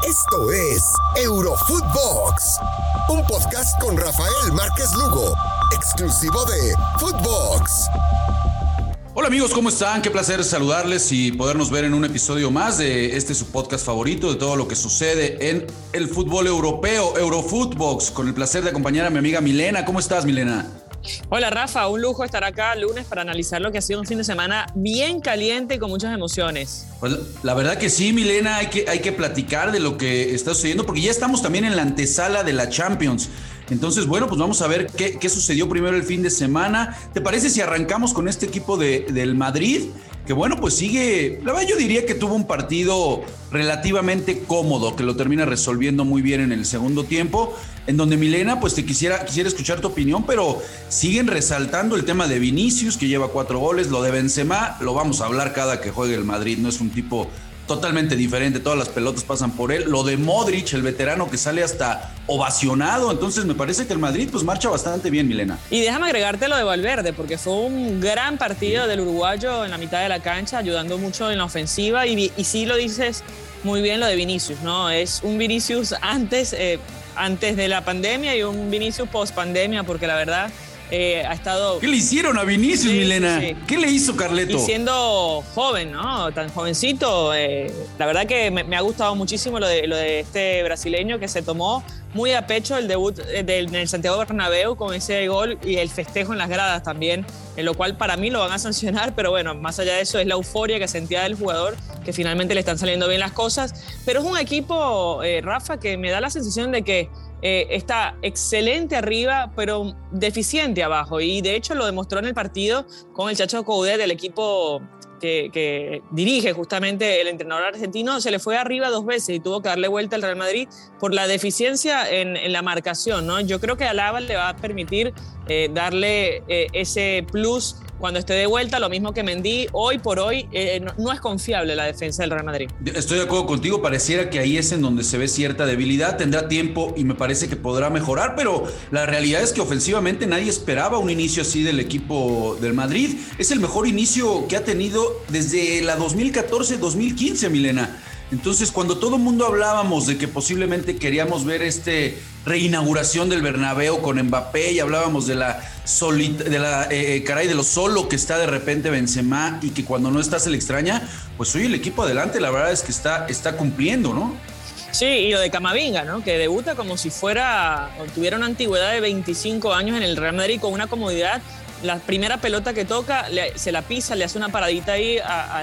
Esto es Eurofootbox, un podcast con Rafael Márquez Lugo, exclusivo de Footbox. Hola amigos, ¿cómo están? Qué placer saludarles y podernos ver en un episodio más de su podcast favorito, de todo lo que sucede en el fútbol europeo, Eurofootbox, con el placer de acompañar a mi amiga Milena. ¿Cómo estás, Milena? Hola Rafa, un lujo estar acá lunes para analizar lo que ha sido un fin de semana bien caliente y con muchas emociones. Pues la verdad que sí, Milena, hay que platicar de lo que está sucediendo porque ya estamos también en la antesala de la Champions. Entonces, bueno, pues vamos a ver qué sucedió primero el fin de semana. ¿Te parece si arrancamos con este equipo del Madrid? Que bueno, pues sigue, la verdad yo diría que tuvo un partido relativamente cómodo, que lo termina resolviendo muy bien en el segundo tiempo, en donde Milena, pues quisiera escuchar tu opinión, pero siguen resaltando el tema de Vinicius, que lleva 4 goles, lo de Benzema, lo vamos a hablar cada que juegue el Madrid, no es un tipo totalmente diferente, todas las pelotas pasan por él. Lo de Modric, el veterano que sale hasta ovacionado, entonces me parece que el Madrid pues marcha bastante bien, Milena. Y déjame agregarte lo de Valverde, porque fue un gran partido del uruguayo en la mitad de la cancha, ayudando mucho en la ofensiva, y sí lo dices muy bien lo de Vinicius, ¿no? Es un Vinicius antes de la pandemia y un Vinicius post pandemia, porque la verdad ha estado... ¿Qué le hicieron a Vinicius, sí, Milena? Sí. ¿Qué le hizo Carleto? Y siendo joven, ¿no? Tan jovencito, la verdad que me ha gustado muchísimo lo de este brasileño que se tomó muy a pecho el debut en el Santiago Bernabéu con ese gol y el festejo en las gradas también, en lo cual para mí lo van a sancionar, pero bueno, más allá de eso es la euforia que sentía del jugador, que finalmente le están saliendo bien las cosas. Pero es un equipo, Rafa, que me da la sensación de que está excelente arriba, pero deficiente abajo. Y de hecho lo demostró en el partido con el Chacho Coudet del equipo que dirige justamente el entrenador argentino. Se le fue arriba 2 veces y tuvo que darle vuelta al Real Madrid por la deficiencia en la marcación, ¿no? Yo creo que a Alaba le va a permitir darle ese plus cuando esté de vuelta, lo mismo que Mendy. Hoy por hoy no es confiable la defensa del Real Madrid. Estoy de acuerdo contigo, pareciera que ahí es en donde se ve cierta debilidad, tendrá tiempo y me parece que podrá mejorar, pero la realidad es que ofensivamente nadie esperaba un inicio así del equipo del Madrid. Es el mejor inicio que ha tenido desde la 2014-2015, Milena. Entonces, cuando todo el mundo hablábamos de que posiblemente queríamos ver reinauguración del Bernabéu con Mbappé y hablábamos de lo solo que está de repente Benzema y que cuando no está se le extraña, pues hoy el equipo adelante la verdad es que está cumpliendo, ¿no? Sí, y lo de Camavinga, ¿no? Que debuta como si tuviera una antigüedad de 25 años en el Real Madrid con una comodidad. La primera pelota que toca, se la pisa, le hace una paradita ahí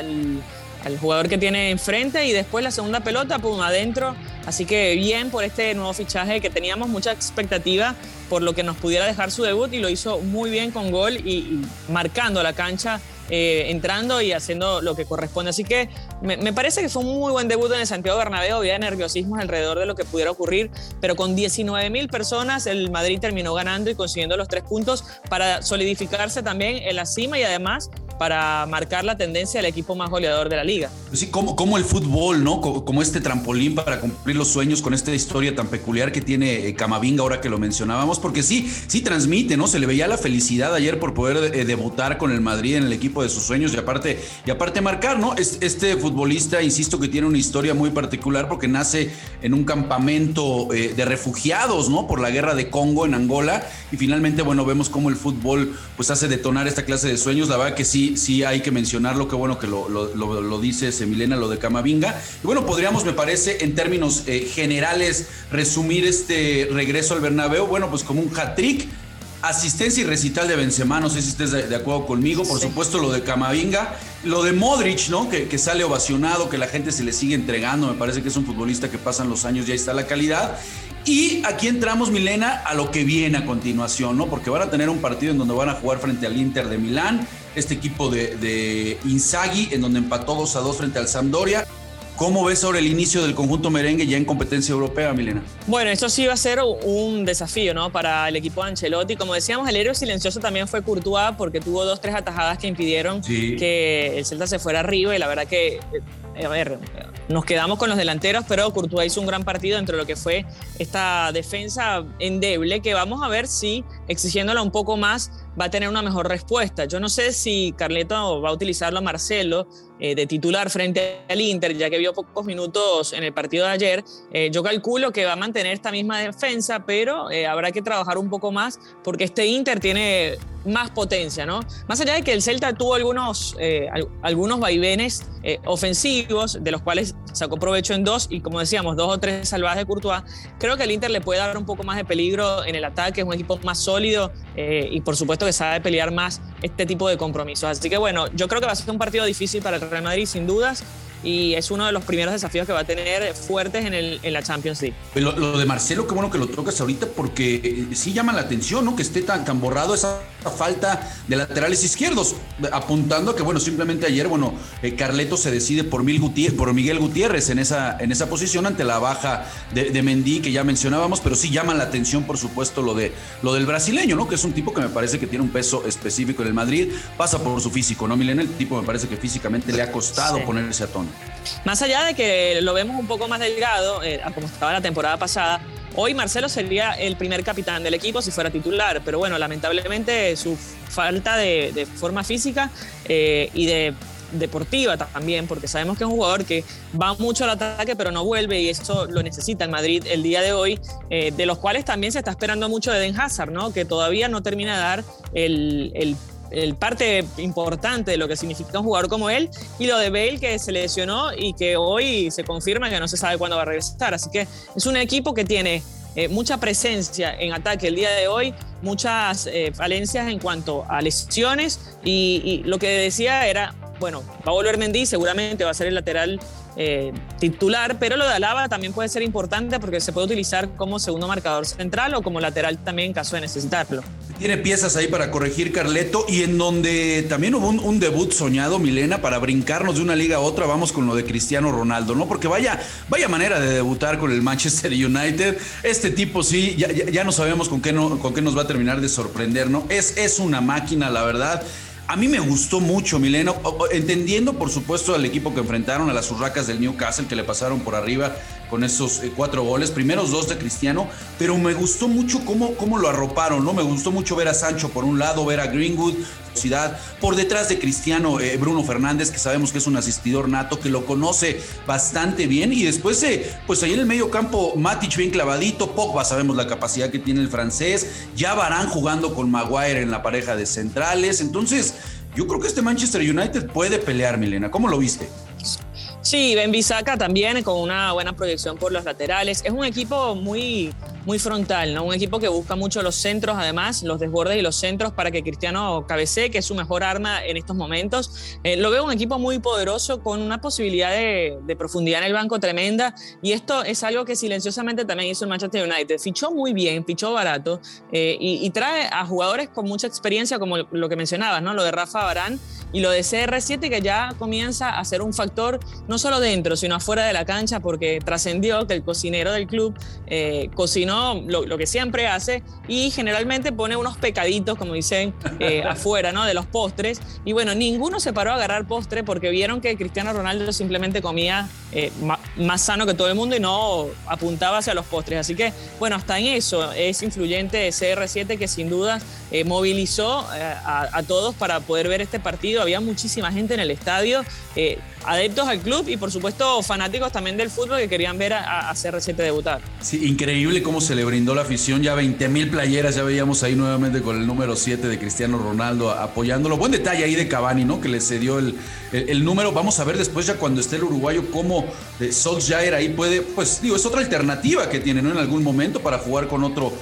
al jugador que tiene enfrente y después la segunda pelota, pum, adentro. Así que bien por este nuevo fichaje, que teníamos mucha expectativa por lo que nos pudiera dejar su debut, y lo hizo muy bien con gol y marcando la cancha, entrando y haciendo lo que corresponde. Así que me parece que fue un muy buen debut en el Santiago Bernabéu. Había nerviosismos alrededor de lo que pudiera ocurrir, pero con 19,000 personas el Madrid terminó ganando y consiguiendo los 3 puntos para solidificarse también en la cima y además para marcar la tendencia del equipo más goleador de la liga. Sí, como el fútbol, ¿no? Como este trampolín para cumplir los sueños con esta historia tan peculiar que tiene Camavinga, ahora que lo mencionábamos, porque sí transmite, ¿no? Se le veía la felicidad ayer por poder debutar con el Madrid en el equipo de sus sueños y aparte marcar, ¿no? Este futbolista, insisto, que tiene una historia muy particular porque nace en un campamento de refugiados, ¿no? Por la guerra de Congo en Angola, y finalmente, bueno, vemos cómo el fútbol pues hace detonar esta clase de sueños. La verdad que sí hay que mencionarlo, qué bueno que lo dices, Milena, lo de Camavinga. Y bueno, podríamos, me parece, en términos generales, resumir este regreso al Bernabéu, bueno, pues como un hat-trick, asistencia y recital de Benzema, no sé si estés de acuerdo conmigo, por supuesto lo de Camavinga, lo de Modric, ¿no? Que sale ovacionado, que la gente se le sigue entregando, me parece que es un futbolista que pasan los años y ahí está la calidad. Y aquí entramos, Milena, a lo que viene a continuación, ¿no? Porque van a tener un partido en donde van a jugar frente al Inter de Milán, este equipo de Inzaghi, en donde empató 2-2 frente al Sampdoria. ¿Cómo ves ahora el inicio del conjunto merengue ya en competencia europea, Milena? Bueno, esto sí va a ser un desafío, ¿no? Para el equipo de Ancelotti. Como decíamos, el héroe silencioso también fue Courtois, porque tuvo 2-3 atajadas que impidieron que el Celta se fuera arriba, y la verdad que, nos quedamos con los delanteros, pero Courtois hizo un gran partido dentro de lo que fue esta defensa endeble, que vamos a ver si, exigiéndola un poco más, va a tener una mejor respuesta. Yo no sé si Carleto va a utilizarlo a Marcelo de titular frente al Inter, ya que vio pocos minutos en el partido de ayer. Yo calculo que va a mantener esta misma defensa, pero habrá que trabajar un poco más porque este Inter tiene más potencia, ¿no? Más allá de que el Celta tuvo algunos vaivenes ofensivos, de los cuales sacó provecho en 2, y como decíamos, 2 o 3 salvadas de Courtois, creo que el Inter le puede dar un poco más de peligro en el ataque, es un equipo más sólido y por supuesto que sabe pelear más este tipo de compromisos. Así que bueno, yo creo que va a ser un partido difícil para el Real Madrid, sin dudas, y es uno de los primeros desafíos que va a tener fuertes en la Champions League. Lo de Marcelo, qué bueno que lo tocas ahorita, porque sí llama la atención, ¿no? Que esté tan borrado esa falta de laterales izquierdos, apuntando a que, bueno, simplemente ayer, Carleto se decide por Miguel Gutiérrez en esa posición ante la baja de Mendy, que ya mencionábamos, pero sí llama la atención, por supuesto, lo del brasileño, ¿no? Que es un tipo que me parece que tiene un peso específico en el Madrid, pasa por su físico, ¿no, Milena? El tipo me parece que físicamente le ha costado ponerse a tono. Más allá de que lo vemos un poco más delgado, como estaba la temporada pasada, hoy Marcelo sería el primer capitán del equipo si fuera titular, pero bueno, lamentablemente su falta de forma física y de deportiva también, porque sabemos que es un jugador que va mucho al ataque pero no vuelve, y eso lo necesita el Madrid el día de hoy, de los cuales también se está esperando mucho de Eden Hazard, ¿no? Que todavía no termina de dar el parte importante de lo que significa un jugador como él, y lo de Bale, que se lesionó y que hoy se confirma que no se sabe cuándo va a regresar. Así que es un equipo que tiene mucha presencia en ataque el día de hoy, muchas falencias en cuanto a lesiones, y lo que decía era, bueno, va a volver Mendy, seguramente va a ser el lateral titular, pero lo de Alaba también puede ser importante porque se puede utilizar como segundo marcador central o como lateral también en caso de necesitarlo. Tiene piezas ahí para corregir Carleto, y en donde también hubo un debut soñado, Milena, para brincarnos de una liga a otra. Vamos con lo de Cristiano Ronaldo, ¿no? Porque vaya manera de debutar con el Manchester United. Este tipo sí, ya no sabemos con qué nos va a terminar de sorprender, ¿no? Es una máquina, la verdad. A mí me gustó mucho, Milena, entendiendo por supuesto al equipo que enfrentaron, a las urracas del Newcastle, que le pasaron por arriba con esos 4 goles, primeros 2 de Cristiano, pero me gustó mucho cómo lo arroparon, ¿no? Me gustó mucho ver a Sancho por un lado, ver a Greenwood, por detrás de Cristiano, Bruno Fernández, que sabemos que es un asistidor nato, que lo conoce bastante bien, y después pues ahí en el medio campo Matic bien clavadito, Pogba sabemos la capacidad que tiene el francés, ya Varane jugando con Maguire en la pareja de centrales. Entonces yo creo que este Manchester United puede pelear, Milena. ¿Cómo lo viste? Sí, Ben-Bissaka también con una buena proyección por los laterales. Es un equipo muy frontal, ¿no? Un equipo que busca mucho los centros, además, los desbordes y los centros para que Cristiano cabecee, que es su mejor arma en estos momentos. Lo veo un equipo muy poderoso con una posibilidad de profundidad en el banco tremenda, y esto es algo que silenciosamente también hizo el Manchester United. Fichó muy bien, fichó barato y trae a jugadores con mucha experiencia, como lo que mencionabas, ¿no? Lo de Rafa Varane y lo de CR7, que ya comienza a ser un factor no solo dentro, sino afuera de la cancha, porque trascendió que el cocinero del club cocinó lo que siempre hace, y generalmente pone unos pecaditos, como dicen, afuera, ¿no? De los postres. Y bueno, ninguno se paró a agarrar postre porque vieron que Cristiano Ronaldo simplemente comía más sano que todo el mundo y no apuntaba hacia los postres. Así que, bueno, hasta en eso es influyente CR7, que sin duda movilizó a todos para poder ver este partido. Había muchísima gente en el estadio, adeptos al club y por supuesto fanáticos también del fútbol, que querían ver a CR7 debutar. Sí, increíble cómo se le brindó la afición, ya 20,000 playeras, ya veíamos ahí nuevamente con el número 7 de Cristiano Ronaldo apoyándolo. Buen detalle ahí de Cavani, ¿no? Que le cedió el número. Vamos a ver después, ya cuando esté el uruguayo, cómo Solskjaer ahí puede, pues digo, es otra alternativa que tiene, ¿no? En algún momento para jugar con otro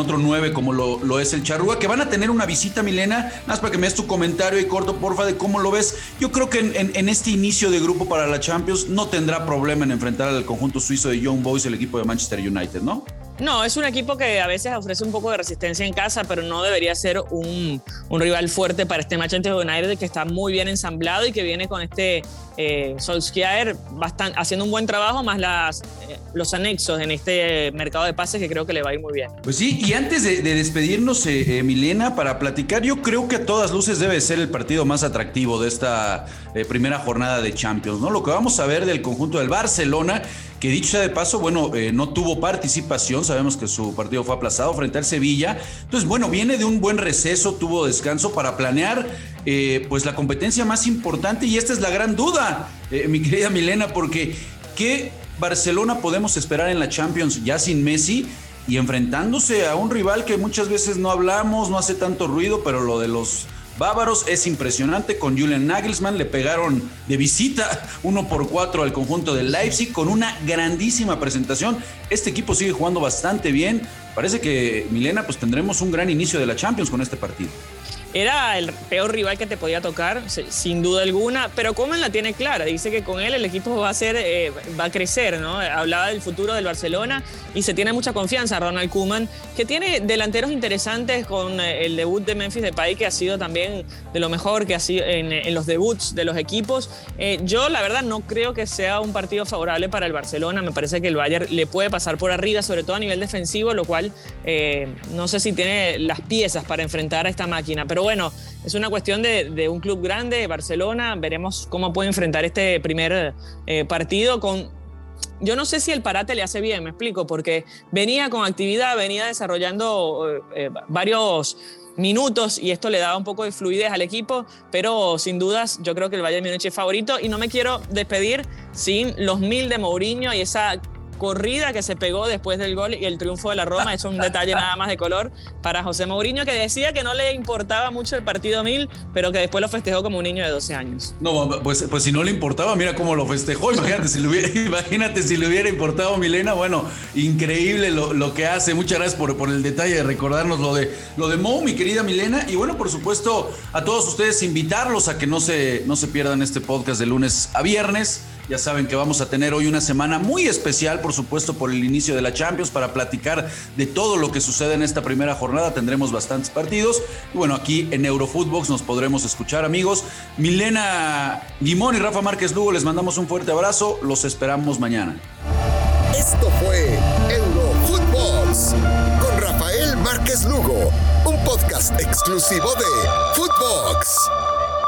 9 como lo es el Charrúa, que van a tener una visita, Milena. Nada más para que me des tu comentario y corto, porfa, de cómo lo ves. Yo creo que en este inicio de grupo para la Champions no tendrá problema en enfrentar al conjunto suizo de Young Boys, el equipo de Manchester United, ¿no? No, es un equipo que a veces ofrece un poco de resistencia en casa, pero no debería ser un rival fuerte para este Manchester United, que está muy bien ensamblado y que viene con este Solskjaer haciendo un buen trabajo, más los anexos en este mercado de pases, que creo que le va a ir muy bien. Pues sí, y antes de despedirnos, Milena, para platicar, yo creo que a todas luces debe ser el partido más atractivo de esta primera jornada de Champions, ¿no? Lo que vamos a ver del conjunto del Barcelona, que dicho sea de paso, bueno, no tuvo participación, sabemos que su partido fue aplazado frente al Sevilla, entonces bueno, viene de un buen receso, tuvo descanso para planear pues la competencia más importante, y esta es la gran duda, mi querida Milena, porque ¿qué Barcelona podemos esperar en la Champions ya sin Messi y enfrentándose a un rival que muchas veces no hablamos, no hace tanto ruido, pero lo de los bávaros es impresionante? Con Julian Nagelsmann le pegaron de visita 1-4 al conjunto del Leipzig con una grandísima presentación. Este equipo sigue jugando bastante bien. Parece que, Milena, pues tendremos un gran inicio de la Champions con este partido. Era el peor rival que te podía tocar, sin duda alguna, pero Koeman la tiene clara. Dice que con él el equipo va a crecer, ¿no? Hablaba del futuro del Barcelona y se tiene mucha confianza Ronald Koeman, que tiene delanteros interesantes con el debut de Memphis Depay, que ha sido también de lo mejor que ha sido en los debuts de los equipos. Yo, la verdad, no creo que sea un partido favorable para el Barcelona. Me parece que el Bayern le puede pasar por arriba, sobre todo a nivel defensivo, lo cual no sé si tiene las piezas para enfrentar a esta máquina. Pero bueno, es una cuestión de un club grande, Barcelona. Veremos cómo puede enfrentar este primer partido con... Yo no sé si el parate le hace bien, me explico, porque venía con actividad, venía desarrollando varios minutos y esto le daba un poco de fluidez al equipo, pero sin dudas yo creo que el Bayern Múnich es favorito, y no me quiero despedir sin los 1000 de Mourinho y esa corrida que se pegó después del gol y el triunfo de la Roma. Es un detalle nada más de color para José Mourinho, que decía que no le importaba mucho el partido 1000, pero que después lo festejó como un niño de 12 años. No, pues si no le importaba, mira cómo lo festejó. Imagínate si le hubiera importado, Milena. Bueno, increíble lo que hace. Muchas gracias por el detalle de recordarnos lo de Mou, mi querida Milena. Y bueno, por supuesto, a todos ustedes invitarlos a que no se pierdan este podcast de lunes a viernes. Ya saben que vamos a tener hoy una semana muy especial, por supuesto, por el inicio de la Champions, para platicar de todo lo que sucede en esta primera jornada. Tendremos bastantes partidos. Y bueno, aquí en Eurofootbox nos podremos escuchar, amigos. Milena Limón y Rafa Márquez Lugo, les mandamos un fuerte abrazo. Los esperamos mañana. Esto fue Eurofootbox con Rafael Márquez Lugo, un podcast exclusivo de Footbox.